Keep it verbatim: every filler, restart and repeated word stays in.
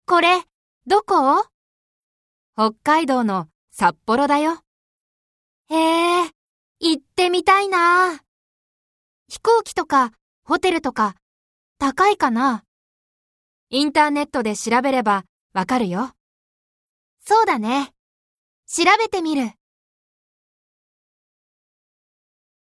これ、どこ？ 北海道の札幌だよ。 へえ、行ってみたいな。飛行機とか、ホテルとか、高いかな？ インターネットで調べればわかるよ。 そうだね。調べてみる。